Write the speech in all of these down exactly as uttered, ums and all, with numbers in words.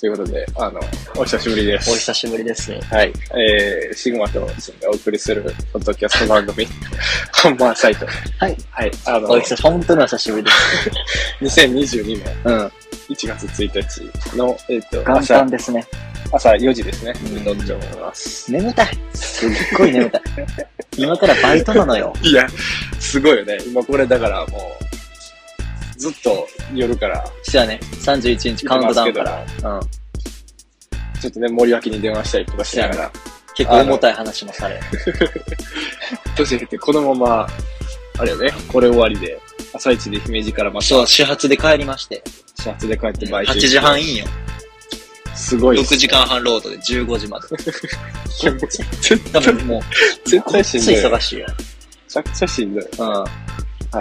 ということで、あの、お久しぶりです。 お久しぶりです。 はい。えー、シグマとシンがお送りするポッドキャスト番組、ハンマーサイト。 はい。 はい。あの、 お久し、本当にお久しぶりです。 にせんにじゅうにねん、 うん。 いちがつついたちの、えっ、ー、と、 元旦ですね。 朝よじですね。撮って思います。 眠たい。すっごい眠たい。今からバイトなのよ。 いや、すごいよね。今これだからもう、ずっと夜から。 そうやね。さんじゅういちにちカウントダウンから。うん。 ちょっとね、森脇に電話したりとかしながら。 結構重たい話もされ。 年減って、このまま、あれよね、これ終わりで、朝一で姫路からまた。 そう、始発で帰りまして。 始発で帰ってバイト。 はちじはんインよ。 すごい、ね。 ろくじかんはんロードでじゅうごじまで。 いや、もう、絶対、もう、 絶対しんどい。 忙しいよ。 めちゃくちゃしんどい。 うん。 はい。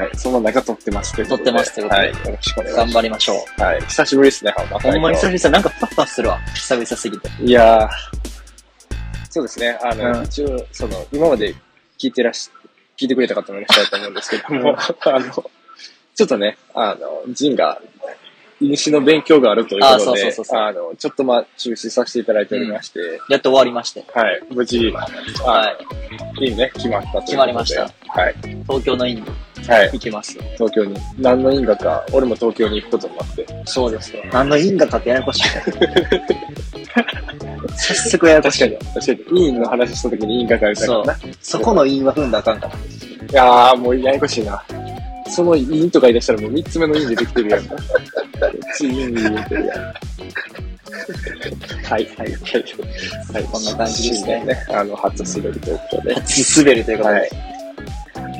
その中撮ってますということで。撮ってますということで。 はい。よろしくお願いします。 頑張りましょう。はい。久しぶりですね、 まほんまに久々、なんかパッパするわ。久々すぎて。 いやー。そうですね。あの、 うん、 一応、その、今まで聞いてらっし、聞いてくれた方もいらっしゃると思うんですけども、あの、ちょっとね、あの、ジンが、飲酒の勉強があるということで、あの、ちょっとまあ、中止させていただいておりまして、うん、 やっと終わりまして。 はい。無事、はい。いいね、決まったということで。 決まりました。 はい。 東京の院に行きます、 はい。東京に。何の因果か、俺も東京に行くことになって。 そうですよ。何の因果かってややこしい。早速ややこしい。 確かに。確かに。因の話した時に因果か言ったからな。 そう。そこの因は踏んだらあかんから。 いやー、もうややこしいな。その因とか言い出したらもう三つ目の因出てきてるやん。つい因に言うてるやん。はい、はい、はい。はい、 こんな感じですね。 ねあの、初滑りということで。 初滑りということで。はい。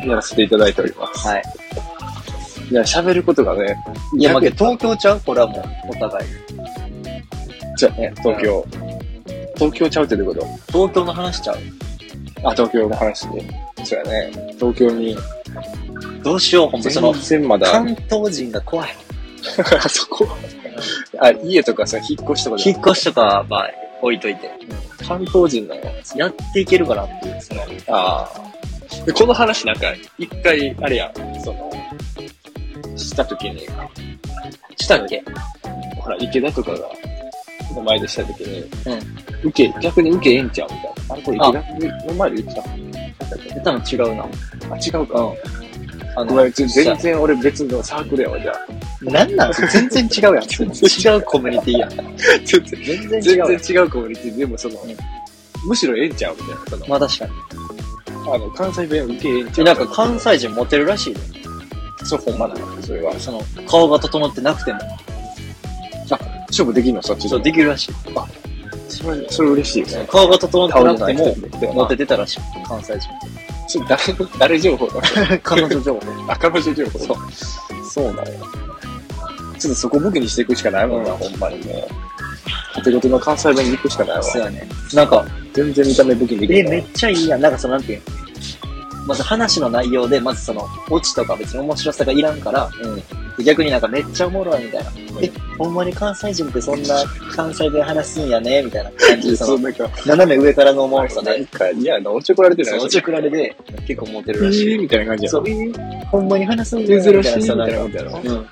やらせていただいております。 はい。 いや、喋ることがね。 いや、まあ、東京ちゃうこれはもう、お互い。 じゃあね、東京。東京ちゃうってどういうこと？ 東京の話ちゃう？ あ、東京の話で。そうやね。東京に。 どうしよう、ほんとその、 まだ関東人が怖い。 あそこあ、家とかさ、引っ越しとか引っ越しとかは、まあ、置いといて。 関東人なのやっていけるかなっていう、その。 ああ。で、この話なんか、一回、あれやん、その、したときに。 したっけ？ ほら、池田とかが、の前でしたときに、 うん。 受け、逆に受けええんちゃうみたいな。あれ、これ池田の前で言ってた多分違うな。 あ、違うか。うん。 あごめん、全然俺別のサークルやわ、じゃあ。 なんなん全然違うやん。全然違うコミュニティやん。 全然、 全然違う。 全然違うコミュニティでもその、うん、むしろええんちゃうみたいな。そのまあ確かに。 あの、関西弁受けええんちゃう。 なんか関西人モテるらしいで。 そう、ほんまなの、それは。 その、顔が整ってなくても。 あ、勝負できんのそっちで。 そう、できるらしい。 あ、それ、それ嬉しいよね。 顔が整ってなくても、モテてたらしい。関西人。 それ誰、誰情報だ彼女情報。 あ、彼女情報。そう。そうなのよ。ちょっとそこ武器にしていくしかないもんな、うん、ほんまにもう。縦ごとの関西弁に行くしかないわ。 そうやね。なんか、 全然見た目武器にできる。え、めっちゃいいやん。なんかその、なんていうのまず話の内容で、まずその、オチとか別に面白さがいらんから、うん、逆になんかめっちゃおもろいみたいな。うん、え、ほんまに関西人ってそんな関西弁話すんやねみたいな感じで、その、斜め上からのおもろさで。 なんか、いや、おちょこられてない。 おちょこられで、結構モテるらしい。 えー、みたいな感じや。 そう、えー、ほんまに話すんやねみたいな。 みたいなことやろ。うん。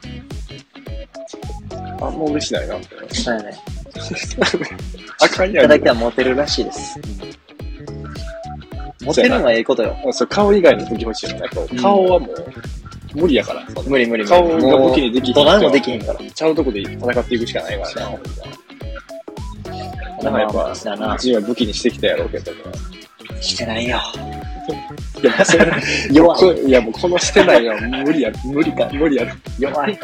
あんま嬉しないな。 そうやね。 あかんやん。 いただけはモテるらしいです。モテるのはええことよ。 そう、顔以外の武器欲しいよね。顔はもう、無理やから。 無理無理無理。 顔が武器にできひん。 どないもできへんから。 ちゃうとこで戦っていくしかないからな。だからやっぱ、ジンは武器にしてきたやろうけどね。 してないよ。 いや、それ、弱い。いや、もうこのしてないよ。無理や、無理か、無理やろ。 弱い。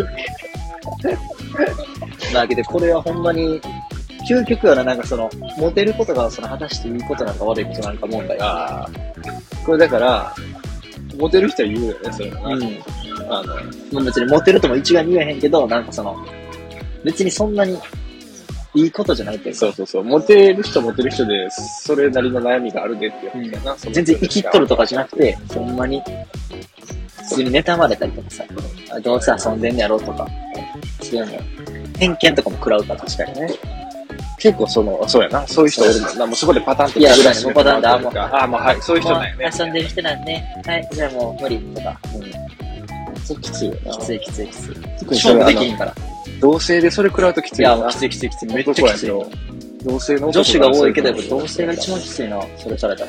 だけど、これはほんまに、究極はな、なんかその、モテることが、その、果たしていいことなんか悪いことなんか問題。 ああ。これだから、モテる人は言うよね、それは。 うん。 あの、別にモテるとも一概に言えへんけど、なんかその、別にそんなに、いいことじゃないっていうか。 そうそうそう。モテる人モテる人で、それなりの悩みがあるでっていう話かな。 うん、全然生きっとるとかじゃなくて、ほんまに、普通に妬まれたりとかさ、どうせ遊んでんやろとか、そういうの、偏見とかも食らうから。 確かにね。結構その、そうやな。そういう人おるもんな。もうそこでパターンって。 いや、ぐらいのパターンで、あ、 もう、あ、もうはい。そういう人だよね。 遊んでる人なんね。はい、じゃあもう無理とか。 うん。それきついよな。 きついきついきつい。 特に勝負できんから。 同性でそれ食らうときついいな。 や、もうきついきついきつい。めっちゃきつい。 同性の女子が多いけど、やっぱ同性が一番きついな、それされたら。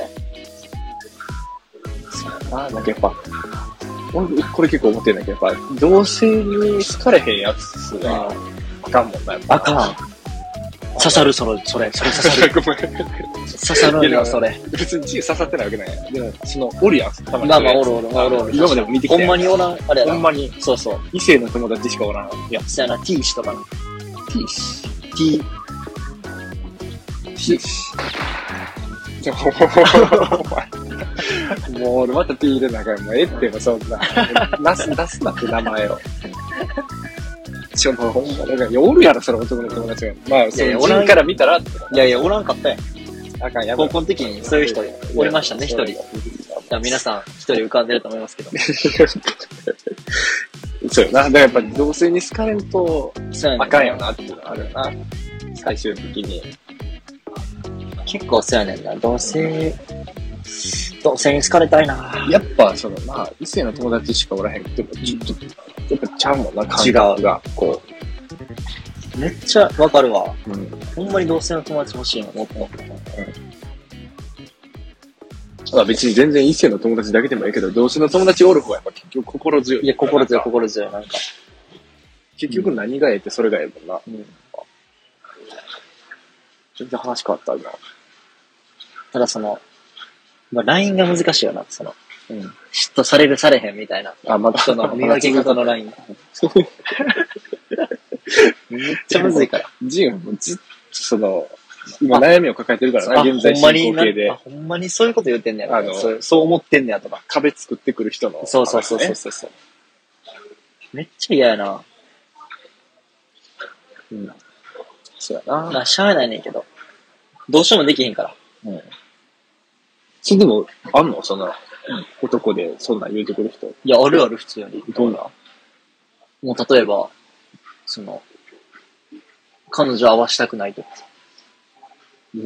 あ、なんかやっぱ、俺、これ結構思ってるんだけど、やっぱ、同性に好かれへんやつが、あかんもんな、やっぱ。 あかん。刺さる、それ、それ、それ刺さる。 ごめん。 刺さるよ、それ。 別に G 刺さってないわけないやん。でも、その、おるやん、たまに。 まあまあ、おるおる、おるおる。 今までも見てきた。 ほんまにおらん、あれやな。 ほんまに。 そうそう。 異性の友達しかおらん。いや、 そやな、T 氏とかな。 T 氏。 T。 T 氏。じゃあ、もう、俺また T 入れながら、もうええってもそんな。出す、出すなって名前を。ちょ、もうほんま、だから、いや、おるやろ、その男の友達が。まあ、その、おらんから見たらって。 いやいや、おらんかったやん。 あかん、やばい。 高校の時にそういう人おりましたね、一人。皆さん、一人浮かんでると思いますけど。 そうよな。だからやっぱり同性に好かれると、あかんよなっていうのがあるよな。最終的に。 結構そうやねんな。同性、同性に好かれたいな。 やっぱ、その、まあ、異性の友達しかおらへんけど、ちょっと、やっぱちゃうもんな、感覚が。こう。めっちゃわかるわ。 うん。 ほんまに同性の友達欲しいの、もっと。 うん。あ、別に全然異性の友達だけでもいいけど、同性の友達おる方がやっぱ結局心強い。 いや、心強い、心強い、なんか。 結局何がええってそれがええもんな。 うん。 全然話変わった、今。 ただその、まあ、ラインが難しいよな、その。うん。嫉妬される、されへんみたいな。 あ、まだ。 その、見分け方のライン。めっちゃむずいから。 ジンはもうずっとその、今悩みを抱えてるからな、現在進行形で。 ほんまにそういうこと言ってんねや。 あの、 そう、そう思ってんねやとか。 壁作ってくる人の、ね。 そうそうそうそうそう。めっちゃ嫌やな。 うん。そうやな。 まあ、しゃあないねんけど。どうしてもできへんから。 うん。それでも、あんのそんな、男でそんなん言うてくる人。 いや、あるある、普通に。 どんな？ もう例えば、その、彼女会わしたくないとか。うん、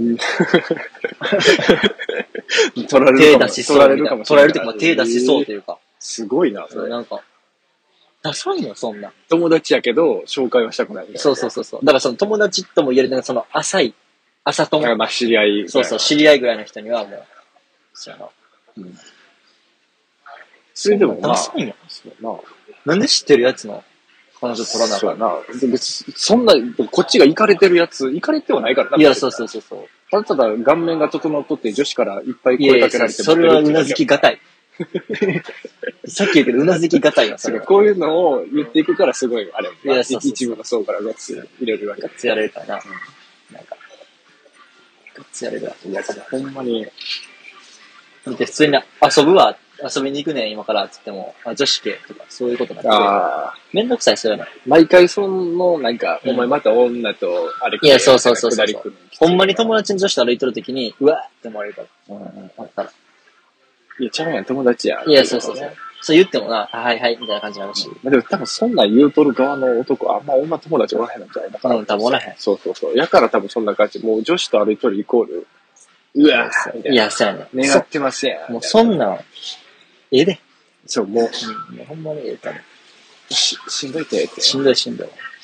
取られるかも。 手出しそう。取られるかもしれない。取られるというか、手出しそうというか。 すごいな、 それ。なんか、ダサいよ、そんな。 友達やけど、紹介はしたくない。 そうそうそうそう。だからその友達とも言える、その浅い、浅友。 まあ知り合い。 そうそう、知り合いぐらいの人にはもう、そうやな。うん。 それでもダサいよ。 そうな。 なんで知ってるやつの彼女取らなあかんな。別に、そんな、こっちがイカれてるやつ、イカれてはないからな。 いや、そうそうそうそう。 ただただ顔面が整っとって女子からいっぱい声かけられても、それはうなずきがたい。さっき言うけど、うなずきがたいわ、それ。 こういうのを言っていくからすごい、あれ、 いやそうそうそう一部の層からガッツ入れるわけ。 ガッツやれるかな。うん、なんか、ガッツやれるわ。 いや、ほんまに。 見て、普通に遊ぶわ、遊びに行くねん、今から、つっても、あ、女子系とか、そういうことになってる。ああ。めんどくさい、そういうの。 毎回その、なんか、うん、お前また女と、あれいや、そうそうそうそう。ほんまに友達の女子と歩いとるときに、うわーって思われるから。うんうん。あったら。 いや、ちゃうやん、友達や。 いや、そうそうそう。そう言ってもな、はいはい、みたいな感じになるし。 でも多分そんなん言うとる側の男はあんま女友達おらへんのじゃないだから。 うん、多分おらへん。 そうそうそう。やから多分そんな感じ。もう女子と歩いとるイコール、うわーいや、そうやね。 願ってますやん。 もうそんなん、ええで。 そう、もう。 うん、もうほんまにええかね。 し、しんどいてって。 しんどいしんどい。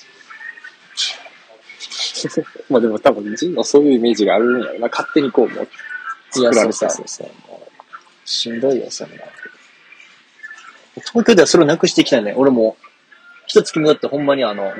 まあでも多分、ジンのそういうイメージがあるんやろな。勝手にこうもう、 作られた。そうそうそう。しんどいよ、そんな。東京ではそれをなくしていきたいね。俺も、一月戻ってほんまにあの、うん、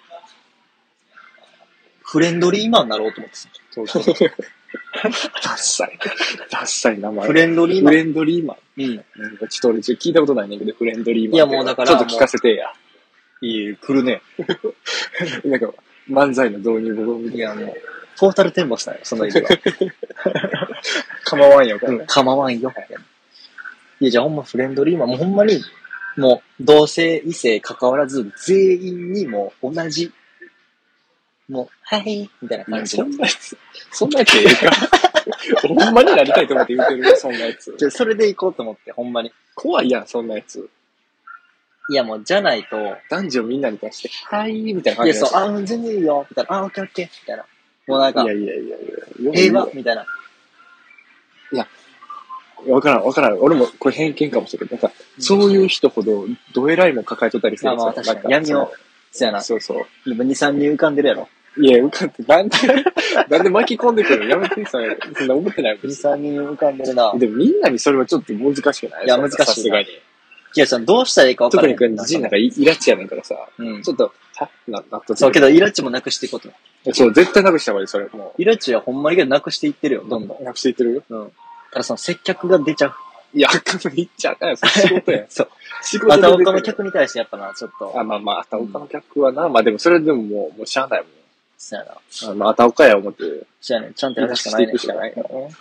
フレンドリーマンになろうと思ってさ。東京で。 ダッサい。ダッサい名前。 フレンドリーマン。 フレンドリーマン。 うん。 なんかちょっと俺聞いたことないねんけど、フレンドリーマン。 いやもうだから。 ちょっと聞かせてや。 いい、来るね。 なんか、漫才の導入部分みたいな。いやもう、トータルテンボスだよ、その意味は。 構わんよ、 うん、構わんよ。いや、じゃあほんまフレンドリーマン、もうほんまに、もう、同性、異性関わらず、全員にもう同じ、もう、はい、みたいな感じの。 そんなやつ、そんなやつええか。ほんまになりたいと思って言ってるそんなやつ。 じゃそれで行こうと思って、ほんまに。 怖いやん、そんなやつ。 いや、もう、じゃないと。 男女みんなに対して、はい、みたいな感じで。 いや、そう、あ、全然いいよ、みたいな。あ、オッケーオッケー、みたいな。もうなんか、 いやいやいやいや、 平和、みたいな。 いや、わからん、わからん。俺もこれ偏見かもしれない。なんか、そういう人ほど、どえらいも抱えとったりするんですよ。 まあ、確かに。闇を。 そやな。 そうそう。 今に、さんにん浮かんでるやろ。 いや、浮かんで、なんで、なんで巻き込んでくるのやめてさ、そんな思ってないに、さんにん浮かんでるな。 でもみんなにそれはちょっと難しくない？ いや、難しい。 さすがに。 いや、その、どうしたらいいか分からない。 特にジンなんかイラチやねんからさ、 うん、 ちょっと、はな、なっとそう、けどイラチもなくしていこうと。 そう、絶対なくした方がいい、それ。もう。イラチはほんまにけどなくしていってるよ、どんどん。 なくしていってるうん。ただその接客が出ちゃう。 いや、あかん、言っちゃあかんよ、仕事や。 そう。 仕事あたおかの客に対してやっぱな、ちょっと。 あ、まあまあ、あたおかの客はな、うん、まあでもそれでももう、もうしゃあないもん。 そうやな。あまあ、あたおかや思って。 そうやね。ちゃんとやるしかないね。 していくしかないからね。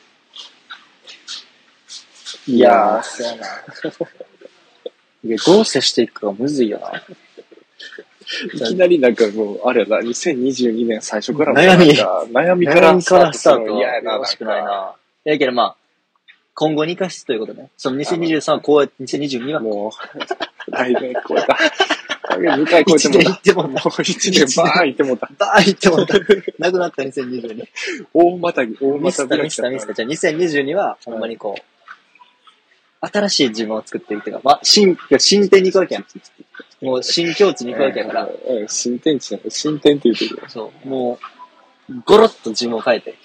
いやー、そうやな。いや、どう接していくかがむずいよな。 いきなりなんかもう、あれやな、にせんにじゅうにねん最初から悩み。 悩みからスタートするの嫌やな、 よろしくないな。いやけどまあ、今後に生かすということね。そのにせんにじゅうさんはこうやって、にせんにじゅうにはもう、来年超えた。来年にかい超えてもいちねん行ってもうた。 もういちねんバーン行ってもうた。 バーン行ってもうた。なくなったにせんにじゅうに。 大またぎ、大ミスタまたぎ。 ミスタミスタ。じゃあにせんにじゅうには、ほんまにこう、新しい自分を作っていくというか、まあ、新、新店に行くわけやん。もう新境地に行くわけやから。 うん、新天地なんか新店って言うてるよ。 そう。もう、ゴロッと自分を変えて。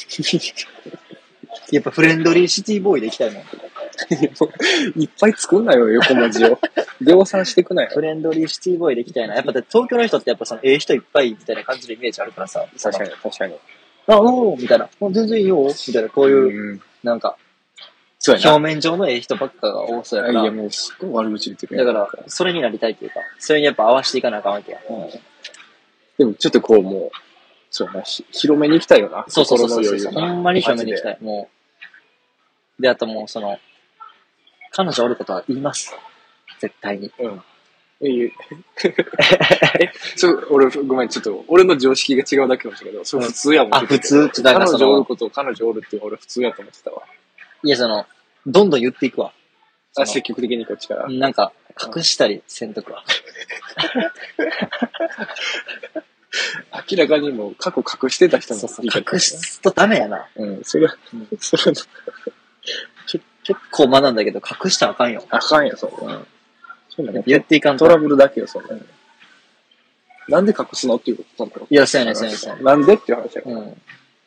やっぱフレンドリーシティボーイで行きたいもん。 いっぱい作んなよ、横文字を。量産してくなよ。 フレンドリーシティボーイで行きたいな。やっぱ東京の人ってやっぱその、ええ人いっぱいみたいな感じのイメージあるからさ。 確かに、確かに。 あ、おーみたいな。全然いいよみたいな、こういう、 うん、 なんか、 そうやな。 表面上のええ人ばっかが多そうやから。 いや、もうすっごい悪口言ってるだから、それになりたいっていうか、それにやっぱ合わせていかなあかんわけや。 うん、でもちょっとこうもう、そうな、広めに行きたいよな。 そうそうそうそうそう。ほんまに広めに行きたい。もう。で、あともうその、彼女おることは言います。絶対に。 うん。え、え、そう、俺、ごめん、ちょっと、俺の常識が違うだけかもしれないけど、それ普通やもん。 あ、普通ってだから彼女おることを彼女おるって俺普通やと思ってたわ。 いや、その、どんどん言っていくわ。 あ、積極的にこっちから。 なんか、隠したりせんとくわ。 明らかにもう過去隠してた人の言い方、ね、隠すとダメやな。 うん、それは、うん、それは結構学んだけど、隠したらあかんよ。 あかんよ、それ。うん。 そういうの言っていかんと。 トラブルだけよ、それ。うん、なんで隠すのっていうことなんだろう。 いや、そうやね、そうやね、そうやね。 なんでっていう話やから。 うん。 な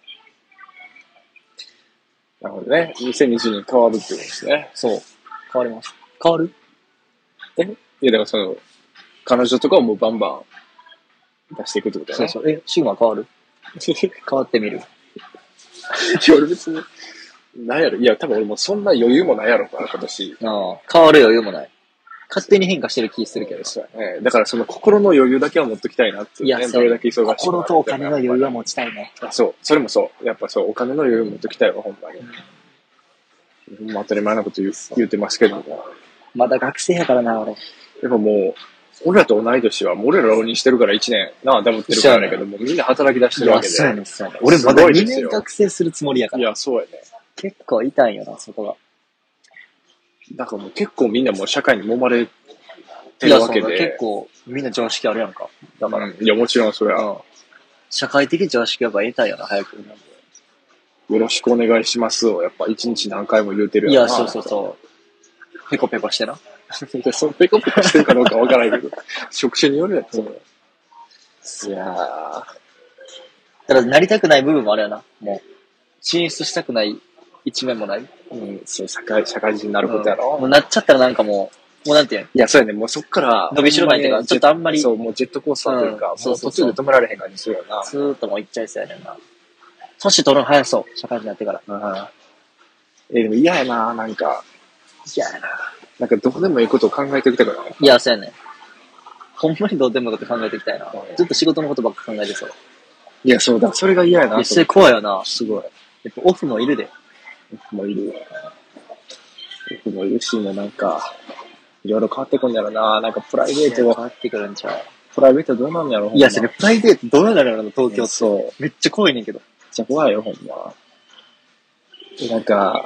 るほどね。にせんにじゅうねん変わるっていうことですね。 そう。変わります。変わるえいや、だからその、彼女とかをもうバンバン出していくってことだね。 そうそう。え、シグマ変わる変わってみる。 いや、俺別に、なんやろ。いや、多分俺もそんな余裕もないやろから、今年。 ああ。変わる余裕もない。勝手に変化してる気するけど。 そうやね。だからその心の余裕だけは持っときたいなっていう、ね。いや、どれだけ忙しいか。 心とお金の余裕は持ちたいね。 そう。それもそう。やっぱそう、お金の余裕持っときたいわ、ほんまに。うん、当たり前なこと言う、言うてますけども。 まだ学生やからな、俺。 やっぱもう、俺らと同い年は、もう俺ら浪人してるからいちねん、なあ、ダブってるからだけども、みんな働き出してるわけで。 そうやね、そうやね。俺まだにねん学生するつもりやから。 いや、そうやね。 結構痛いよな、そこが。 だからもう結構みんなもう社会に揉まれてるわけで。いや、 結構みんな常識あるやんか。 だから。うん、いや、もちろんそれは、うん。 社会的常識やっぱ得たいよな、早く。 よろしくお願いしますを、やっぱ一日何回も言うてるやんな。いや、そうそうそう。ペコペコしてな。 そのペコペコしてるかどうかわからないけど、職種によるやつ。うん、いやー。 だからなりたくない部分もあるよな。もう、進出したくない一面もない。 うん、そう、社会、社会人になることやろ。 うん、もうなっちゃったらなんかもう、もうなんていうのいや、そうやね。もうそっから、 伸びしろないっていうか、ちょっとあんまり。 そう、もうジェットコースターというか、うん、そうそうそう、途中で止められへん感じするよな。 ずーっともう行っちゃいそうやねんな。年取るの早そう、社会人になってから。 うん。えー、でも嫌やな、なんか。 嫌やな。 なんかどうでもいいことを考えておきたくない。 いや、そうやねん。ほんまにどうでもいいこと考えていきたいな。うん、ずっと仕事のことばっか考えてそう。 いや、そうだ。それが嫌やな。 それ怖いよな。 すごい。 やっぱオフもいるで。 オフもいる。オフもいるし、もうなんか、いろいろ変わってくんやろな。なんかプライベートが。 変わってくるんちゃう。 プライベートどうなんやろ。 いや、それプライベートどうなんやろな、東京って。 そう。 めっちゃ怖いねんけど。 めっちゃ怖いよ、ほんま。なんか、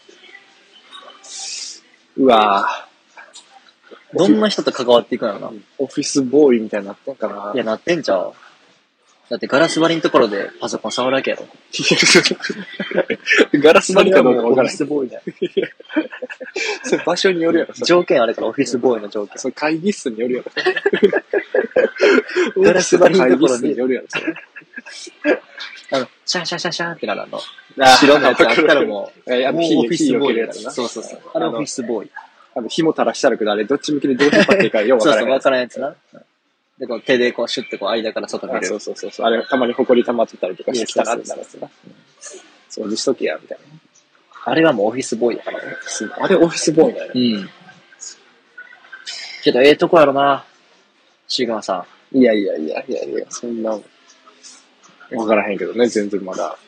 うわぁ。どんな人と関わっていくのな。 オフィスボーイみたいになってんかな。 いや、なってんちゃう。だってガラス張りのところでパソコン触るわけやろ。 ガラス張りかどうかわからない。 オフィスボーイだよ。 それ場所によるやろ。 条件あるから、オフィスボーイの条件。 それ会議室によるやろ。 ガラス張りのところに、 よるやろ、それ。 あの、シャンシャンシャンシャンってなるあの、 あ白のやつあったらもう、 え、あの、 もうオフィスボーイややつな。 そうそうそう。あれオフィスボーイ。 あの、紐垂らしたらくだれ、どっち向きでどう引っ張っていいかよくわからない。 そうそう、わからんやつな。で、こう手でこうシュッてこう間から外見る。 そうそうそうそう。あれ、たまに埃溜まってたりとかしてきたなってなるやつな。掃除しとけや、みたいな。 あれはもうオフィスボーイだからね。 あれオフィスボーイだよね。 うん。けど、ええとこやろな。シグマさん。いやいやいやいやいや、そんな、わからへんけどね、全然まだ。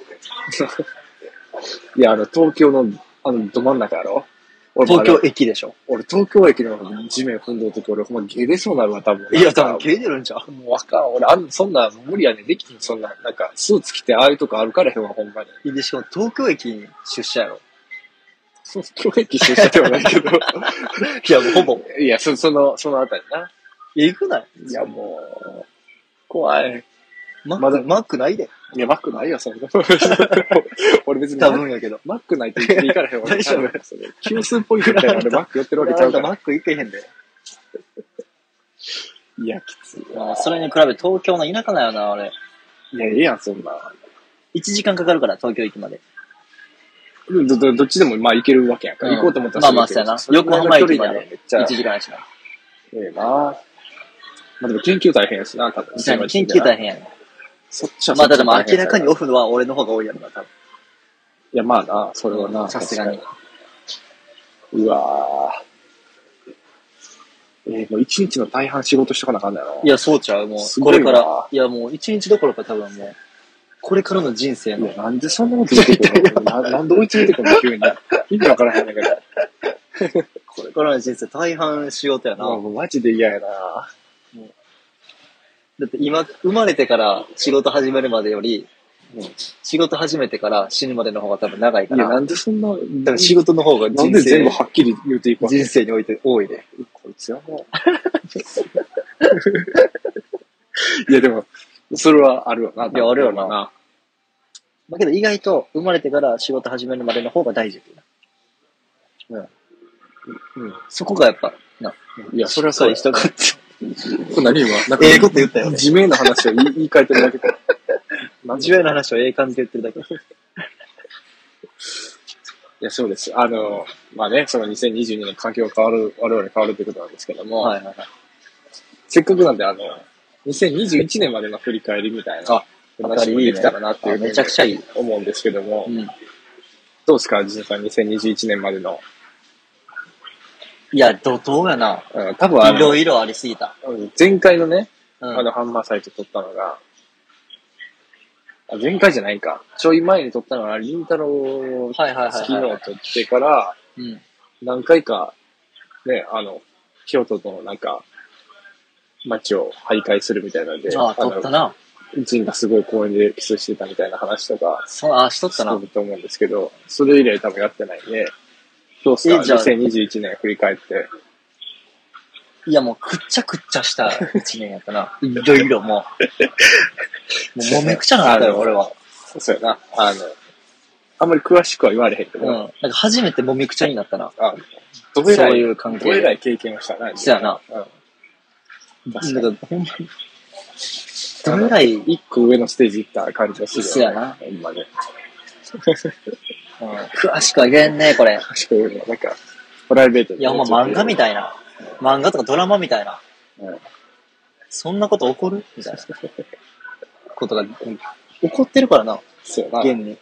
いや、あの、東京の、あの、ど真ん中やろ東京駅でしょ。 俺、東京駅の地面踏んどるとき、俺、ほんまゲ出そうなるわ、多分。 いや、多分ゲ出るんちゃう。 もうわかん。俺、あん、そんな、無理やねん。できひん、そんな、なんか、スーツ着て、ああいうとこ歩かれへんわ、ほんまに。 で、しかも東京駅に出社やろ。 東京駅出社ではないけど。 いや、もうほぼ。 いや、そ、その、そのあたりな。 えぐない？ いや、もう、怖い。 マック、マックないで。 いや、マックないよ、そんな。俺別に。 多分やけど。 マックないって言っていかれへんわ。 大丈夫。 急数ポイントみたいなのでマック寄ってるわけちゃうから。 マック行けへんで。 いや、きつい。 それに比べ東京の田舎だよな、俺。 いや、ええやん、そんな。 いちじかんかかるから、東京駅まで。 ど、ど、どっちでもまあ行けるわけやんか。行こうと思ったらまあまあ、そうやな。横浜駅までいちじかんやしな。 ええな。まあでも研究大変やしな、多分。 研究大変やね。 そっちはまあ、でも明らかにオフは俺の方が多いやろな、多分。 いや、まあな、それはな。 さすがに。 うわぁ。えー、もう一日の大半仕事しとかなあかんだよ。 いや、そうちゃう、もう。これから。いや、もう一日どころか多分もう、これからの人生の。 なんでそんなこと言ってくるのななんで追い詰めてくるの急に。意味わからへんねんけど。 これからの人生大半仕事やな。 もうマジで嫌やな。 だって今、生まれてから仕事始めるまでより、うん、仕事始めてから死ぬまでの方が多分長いから。 いや、なんでそんな、だから仕事の方が人生なんで全部はっきり言うていくわけ人生において多いで。 こいつやもう。いや、でも、それはあるよな。 いや、あるよな。だけど意外と生まれてから仕事始めるまでの方が大事だよ。うん。うん。そこがやっぱ、な。 いや、それはそう。 人が。 これ何今なんかええこと言ったよ、ね。 自明な話を言い言い換えてるだけか。 自明な話をええ感じで言ってるだけ。いや、そうです。あの、まあね、そのにせんにじゅうにねん環境が変わる、我々変わるということなんですけども、はいはいはい、せっかくなんで、あの、にせんにじゅういちねんまでの振り返りみたいな話もできたらなっていうふうにめちゃくちゃいい思うんですけども、 うん、 どうですか、実際にせんにじゅういちねんまでの。 いや、怒涛やな。 うん、多分あの、 いろいろありすぎた。 前回のね、 うん、 あの、ハンマーサイト撮ったのが、あ、前回じゃないか。ちょい前に撮ったのは、りんたろーはいはいはい、はい。 昨日撮ってから、 うん、 何回か、ね、あの、京都のなんか、街を徘徊するみたいなので、 ああ、撮ったな。 ジンがすごい公園でキスしてたみたいな話とか、 そう、ああ、しとったな。 すると思うんですけど、それ以来多分やってないんで、どうすか、にせんにじゅういちねん振り返って。 いや、もうくっちゃくっちゃしたいちねんやったな。いろいろもう。もうもめくちゃなったよ、俺は。 そうやな。あの、あんまり詳しくは言われへんけど。うん。 なんか初めてもめくちゃになったな。 あ、どえらい、 そういう関係。 どえらい経験をしたな。 そうやな。うん。確かに。ほんまに。どえらい。 一個上のステージ行った感じがするよね。 そうやな。 ほんまに。 うん、詳しくは言えんね、これ。 詳しく言えんね。なんか、プライベートで。 いや、ほんま漫画みたいな。漫画とかドラマみたいな。うん、そんなこと起こるみたいな。ことが、起こってるからな。 そうやな。 現に。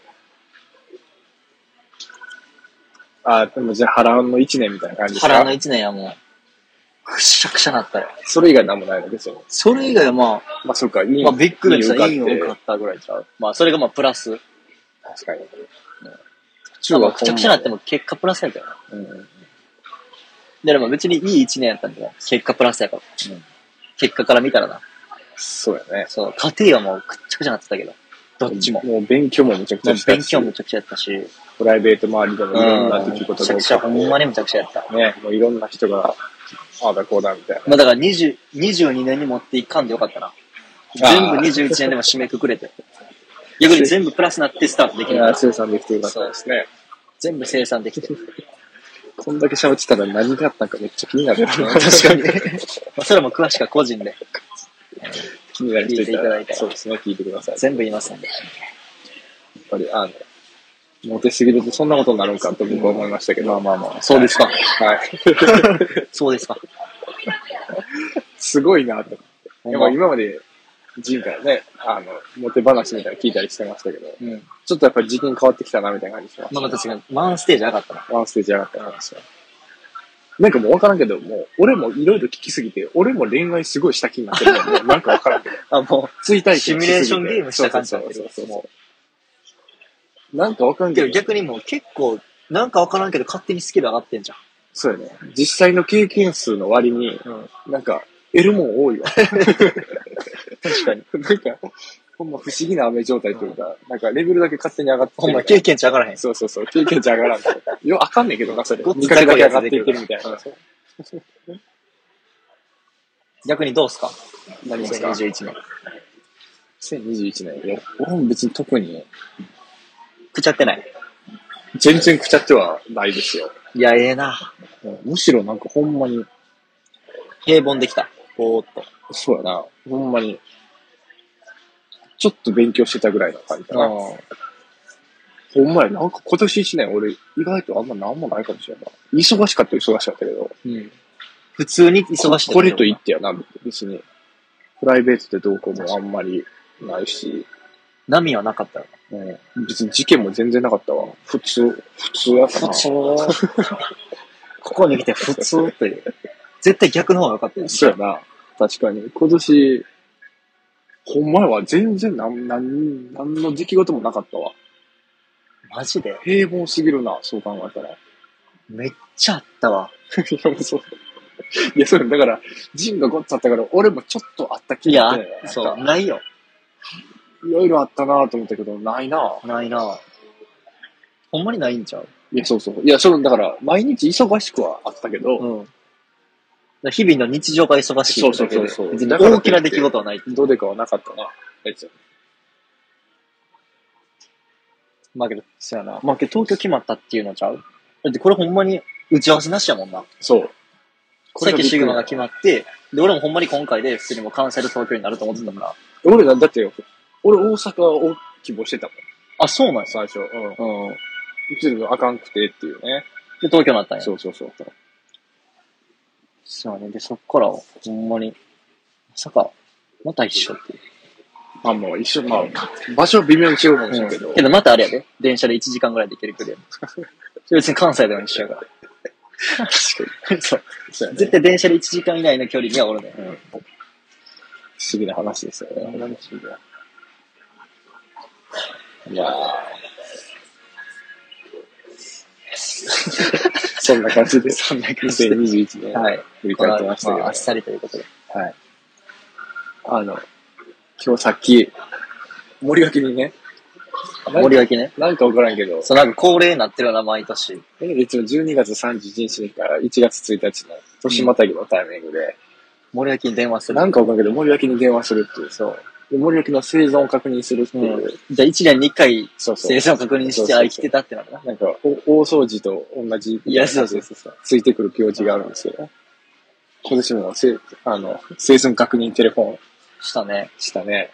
あ、でもじゃあ波乱の一年みたいな感じですか？ 波乱の一年やもう。くしゃくしゃなったよ。 それ以外なんもないのですよ。 それ以外はまあ、 まあそうか、 まあびっくりした。いいの受かったぐらいちゃう。まあそれがまあプラス。 確かに。 中学くしゃくしゃなっても結果プラスやったよな。うん。でも別にいい一年やったんだよ。結果プラスやから。うん。結果から見たらな。 そうやね。 そう。家庭はもうくっちゃくちゃなってたけど。どっちも。 もう勉強もむちゃくちゃしたし。 勉強もむちゃくちゃやったし。 プライベート周りでもいろんな出来事が起きて。 むちゃくちゃ、ほんまにむちゃくちゃやった。 ね、もういろんな人が、ああだこうだみたいな。 まあだからにじゅう、にじゅうにねんに持っていかんでよかったな。全部にじゅういちねんでも締めくくれて。逆に全部プラスなってスタートできる。 いや、生産できてよかったですね。 全部生産できてる。 こんだけ喋ってたら何があったんかめっちゃ気になるよね。 確かに。まあそれも詳しくは個人で。 気になる人いたら、 聞いていただいたらそうですね、聞いてください。 全部言いますんで。 やっぱり、あの、モテすぎるとそんなことになるんかと僕は思いましたけど。 まあまあまあ。そうですか。 はい。 そうですか。 すごいなと。やっぱ今まで、ジンからね、あの、モテ話みたいなの聞いたりしてましたけど、うん、ちょっとやっぱり時期に変わってきたなみたいな感じしました、ね。 まあ確かに、ワンステージ上がったな。 ワンステージ上がったなですよ。なんかもう分からんけど、もう、俺もいろいろ聞きすぎて、俺も恋愛すごいした気になってるのもうなんか分からんけど。 あ、もう、 追体験シミュレーションゲームした感じだけど。そうそうそう。 なんか分からんけど。 逆にもう結構、なんか分からんけど勝手にスキル上がってんじゃん。 そうやね。実際の経験数の割に、うん、なんか、得るもん多いわ。確かに。なんか、ほんま不思議な雨状態というか、うん、なんかレベルだけ勝手に上がってほんま経験値上がらへん。 そうそうそう、経験値上がらんとか。よ、あかんねんけどな、それ。にかけだけ上がっていってるみたいな。 逆にどうすか？ 何ですか？ にせんにじゅういちねん。 にせんにじゅういちねん。いや、俺も別に特に。 くちゃってない。 全然くちゃってはないですよ。 いや、ええな。 むしろなんかほんまに。 平凡できた。ぼーっと。 そうやな。ほんまに。ちょっと勉強してたぐらいの感じかな。ほんまや、なんか今年一年俺意外とあんまなんもないかもしれない。忙しかった忙しかったけど。 うん。普通に忙しかった。 これと言ってやな、別に。プライベートでどうこうもあんまりないし。 波はなかったよ。 うん。別に事件も全然なかったわ。普通、普通やったな。 普通。ここに来て普通っていう。絶対逆の方が良かったよ。 そうやな。確かに。今年、ほんまやわ。全然なん、なん、なんの出来事もなかったわ。 マジで平凡すぎるな、そう考えたら。 めっちゃあったわ。 いや、もうそう。いや、そう、だから、ジンがごっつあったから、俺もちょっとあった気がする。 いや、そう、ないよ。 いろいろあったなと思ったけど、ないなないなほんまにないんちゃう？ いや、そうそう。いや、その、だから、毎日忙しくはあったけど、 うん。日々の日常が忙しい。 そうそうそうそう。 別に大きな出来事はない。 どうでかはなかったな。別に。 まあけど、そうやな。まあけど東京決まったっていうのちゃう？だってこれほんまに打ち合わせなしやもんな。 そう。 さっきシグマが決まって、で、俺もほんまに今回で普通にも関西と東京になると思ってたから。 うん、俺だ、だってよ、俺大阪を希望してたもん。 あ、そうなんや。 最初。うん。うん。うちのあかんくてっていうね。 で、東京になったんや。 そうそうそう。 そうね。で、そっから、ほんまに、まさか、また一緒っていう。 まあもう一緒、まあ、場所は微妙に違うかもしれんけど、うん。 けどまたあれやで。電車でいちじかんぐらいで行ける距離やで。別に関西でも一緒やから。 確かに。そう。そうやね。 絶対電車でいちじかん以内の距離にはおるね。うん。不思議な話ですよね。 不思議だ。 いやー。そんな感じで、そんな感じでにせんにじゅういちねん、はい、振り返ってましたけど、 まあ、あっさりということで。 はい。あの、今日さっき、森脇にね、 森脇ね。 なんかわからんけど、 そう、なんか恒例になってるよな、毎年。 いつもじゅうにがつさんじゅういちにちからいちがつついたちの年またぎのタイミングで、うん、 森脇に電話する。 なんかわかんないけど、森脇に電話するっていう、そう。で森脇の生存を確認するっていう。うん、 じゃあいちねんにいっかい生存を確認して、あ、生きてたってなるな。 なんか、大掃除と同じ。 いや、そうそうそう。 ついてくる行事があるんですけど、今年もせ、あの、生存確認テレフォン。 したね。 したね。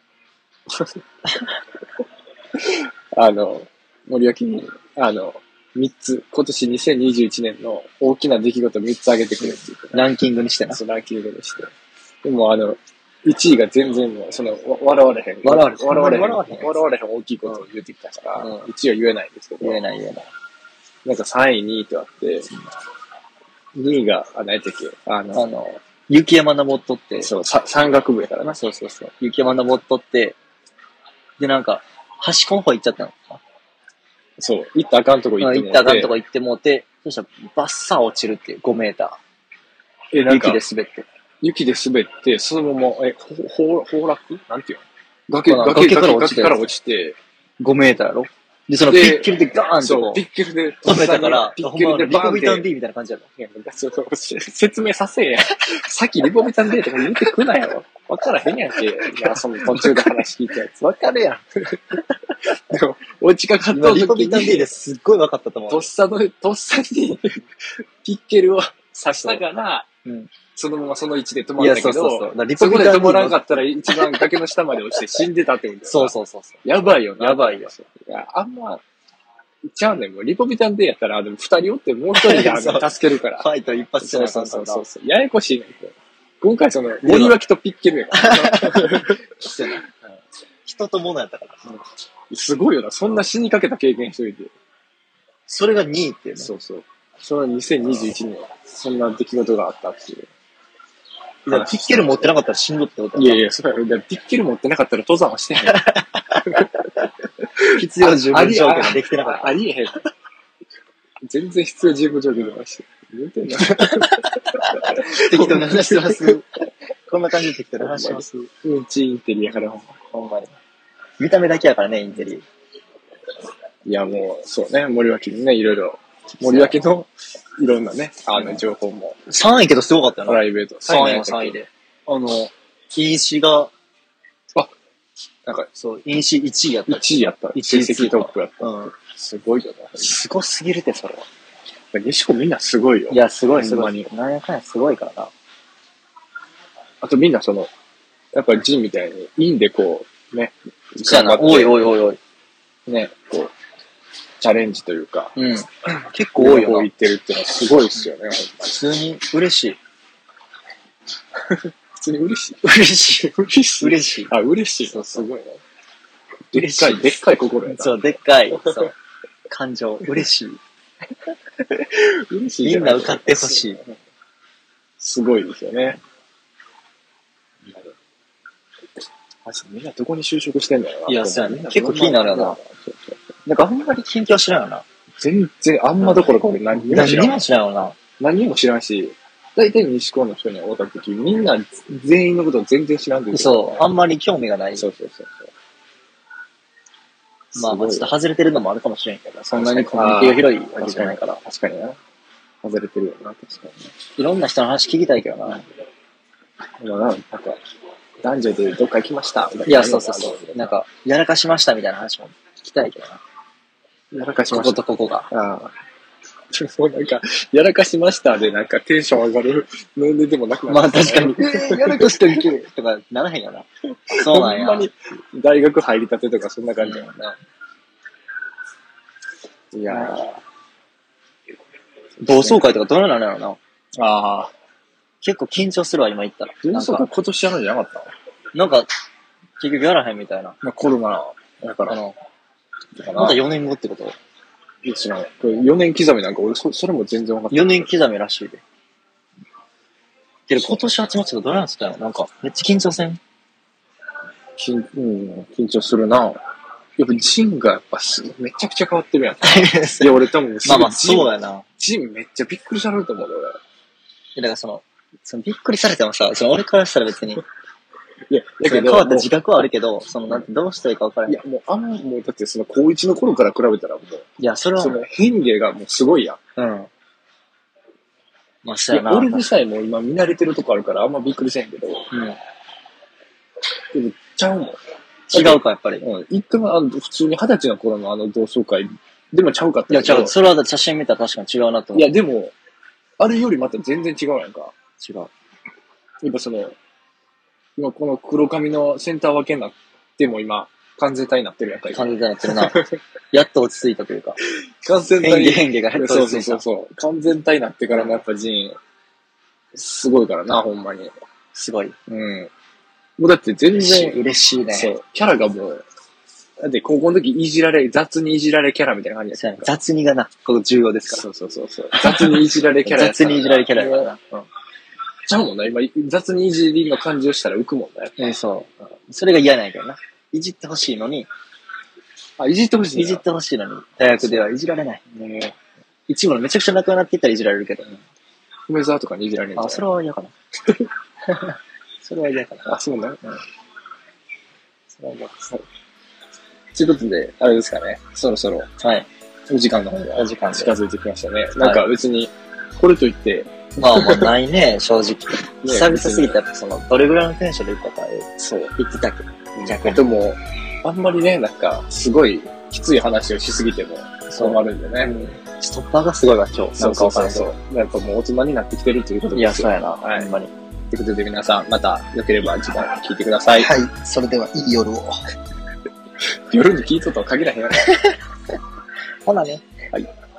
あの、森脇に、あの、みっつ、今年にせんにじゅういちねんの大きな出来事みっつ挙げてくれって言って、 ランキングにしてな。 そう、ランキングにして。でもあの、いちいが全然もう、その、笑われへん。 笑われへん。 笑われへん。笑われへん大きいことを言ってきたから、うん、いちいは言えないんですけど。 言えない言えない。 なんかさんい、にいとあって、にいが、あ、何やったっけあの、 あの、雪山登っとって。 そう、山岳部やからな。 そうそうそう。雪山登っとって、で、なんか、端っこの方行っちゃったの。 そう、行ったあかんとこ行ってもうて。 行ったあかんとこ行ってもうて、そしたらバッサー落ちるっていう、ごメーター。え、なんか雪で滑って。 雪で滑って、そのまま、え、ほ、ほ、崩落なんていうの崖、崖、崖から落ちて。から落ちて。 ごメーターやろで、そのピッケルでガーンと。 そう、ピッケルで止めたから、ピッケルでリポビタン D みたいな感じやろ。 いや、説明させえや。さっきリポビタン D とか言ってくなよ。わからへんやんけ。いや、その途中で話聞いたやつ。 わかるやん。 でも、お家かかった時に。 リポビタン D ですっごいわかったと思う。 とっさの、とっさに、ピッケルを刺したから、うん、 そのままその位置で止まったけど、 いやそうそうそうそこで止まらなかったら一番崖の下まで落ちて死んでたってことそうそうそうそう。 やばいよな。 やばいよ。 いや、あんま、ちゃうねん。もうリポビタンデーやったら、でも二人おってもう一人が助けるから。 ファイト一発そうそうそうそうそう。ややこしいねん。今回その、森脇とピッケルやから。 人と物やったから。 すごいよな。そんな死にかけた経験しといて。 それがにいっていうね。 そうそう。それはにせんにじゅういちねん、そんな出来事があったっていう。 いや、ピッケル持ってなかったらしんどってことや。いやいや、そうや。ピッケル持ってなかったら登山はしてへん。 必要十分条件ができてなかった。 ありえへん。全然必要十分条件でまして。言うてんな。 適当な話してます。こんな感じで適当な話してます。 うんちインテリやから、 ほんまに。見た目だけやからね、インテリ。 いや、もう、そうね、森脇にね、いろいろ、森脇のいろんなね、あの、情報も。 さんいけどすごかったよな。プライベート。 さんいもさんいで。あの、飲酒が、 あ、なんか、 そう、飲酒いちいやった。 いちいやった。成績トップやった。 うん。 すごいよな。 すごすぎるって、それは。 西子みんなすごいよ。 いや、すごい、すごい。なんやかんやすごいからな。 あとみんなその、やっぱりジンみたいに、インでこう、ね、 頑張って。おいおいおいおい。 ね、こう、チャレンジというか、 うん。結構多いよな。 行ってるっていうのはすごいですよね、 普通に嬉しい。 普通に嬉しい。 嬉しい。 嬉しい。 嬉しい。 あ、嬉しい。そう、すごいね。でっかい、でっかい心やな。 そう、でっかい。そう。感情。嬉しい。 嬉しい。 みんな受かってほしい。 すごいですよね。みんなどこに就職してんだよな。 いや、そうやね。結構気になるよな。なんかあんまり緊張しないよな。 全然、あんまどころか俺何にも知らん。 何も知らんよな。 何も知らんし、大体西高の人に会った時、みんな全員のことを全然知らんで、 ね。そう、あんまり興味がない。 そうそうそうそう。まあ、まあちょっと外れてるのもあるかもしれんけど、そんなにコミュニティが広いわけじゃないから。 確かにな。外れてるよな、確かにね。 いろんな人の話聞きたいけどな。 でもな、なんか、男女でどっか行きましたみたいな。 いや、そうそうそう。なんか、やらかしましたみたいな話も聞きたいけどな。 やらかしました。 こことここが。 ああ。もうなんか、やらかしましたでなんかテンション上がる年齢でもなくなった、 ね。まあ確かに。やらかしたんけとかならへんよな。そうなんや。 ほんまに大学入りたてとかそんな感じやもんな。いやー。同窓会とかどうなるんやろな。 ああ。結構緊張するわ、今言ったら。 同窓会今年やるんじゃなかったなんか、結局やらへんみたいな。 まあ、コロナだから。あの、 まだよねんごってこといや、知らない。これよねん刻みなんか俺、そ, それも全然分かってない。 よねん刻みらしいで。けど今年はちがつがどうなんすかよ。なんか、めっちゃ緊張せん緊、うん、緊張するな。やっぱジンがやっぱすめちゃくちゃ変わってるやん。いや、俺多分、 まあまあ、そうやな。 ジンめっちゃびっくりされると思うで、俺。いや、 だからその、そのびっくりされてもさ、その俺からしたら別に、 いや、 だけど変わった自覚はあるけど、その、なんてどうしたらいいか分からない。 いや、もう、あんま、もう、だってその、高一の頃から比べたらもう、 いや、それは、 その、変化がもうすごいやん。 うん。まあ、そうやな。 俺でさえも今見慣れてるとこあるから、あんまびっくりせんけど、うん。でも、ちゃうもん。 違うか、やっぱり。 うん。一回も、あの、普通に二十歳の頃のあの同窓会、でもちゃうかった。 いや、ちゃう。それは写真見たら確かに違うなと思う。 いや、でも、あれよりまた全然違うやんか。 違う。 やっぱその、今この黒髪のセンター分けになっても今、完全体になってるやんか。 完全体になってるな。やっと落ち着いたというか。 完全体。 変化変化がやっと落ち着いた。 そうそうそう。完全体になってからもやっぱジン、すごいからな、ほんまに。 すごい。 うん。もうだって全然。 嬉しいね。 そう。キャラがもう、だって高校の時いじられ、雑にいじられキャラみたいな感じやった。 雑にがな、ここ重要ですから。 そうそうそうそう。雑にいじられキャラやった。 雑にいじられキャラやからな。うん。 ちゃうもんな、今、雑にいじりの感じをしたら浮くもんね。 えー、そう。それが嫌なんやけどな。いじってほしいのに。 あ、いじってほしい。 いじってほしいのに。大学ではいじられない。ね、一部のめちゃくちゃ仲良くなっていったらいじられるけど。 梅沢とかにいじられるんじゃない？ あ、それは嫌かな。それは嫌かな。 あ、そうね。うん。 それは嫌かな。 ということで、あれですかね。そろそろ。 はい。 お時間の方がお時間近づいてきましたね。なんか別に、これといって、 まあまあないね、正直。久々すぎて、やっぱその、どれぐらいのテンションで言ったか、そう言ってたけど。 逆に。でも、あんまりね、なんか、すごいきつい話をしすぎても、そうなるんでね。 ストッパーがすごいわ、今日。 そうそうそうそう。やっぱもう大人になってきてるということですよ。 いや、そうやな。はい。ほんまに。 ということで皆さん、また良ければ次回聞いてください。 はい。それでは、いい夜を。 夜に聞いととは限らへんよね。 ほなね。 はい。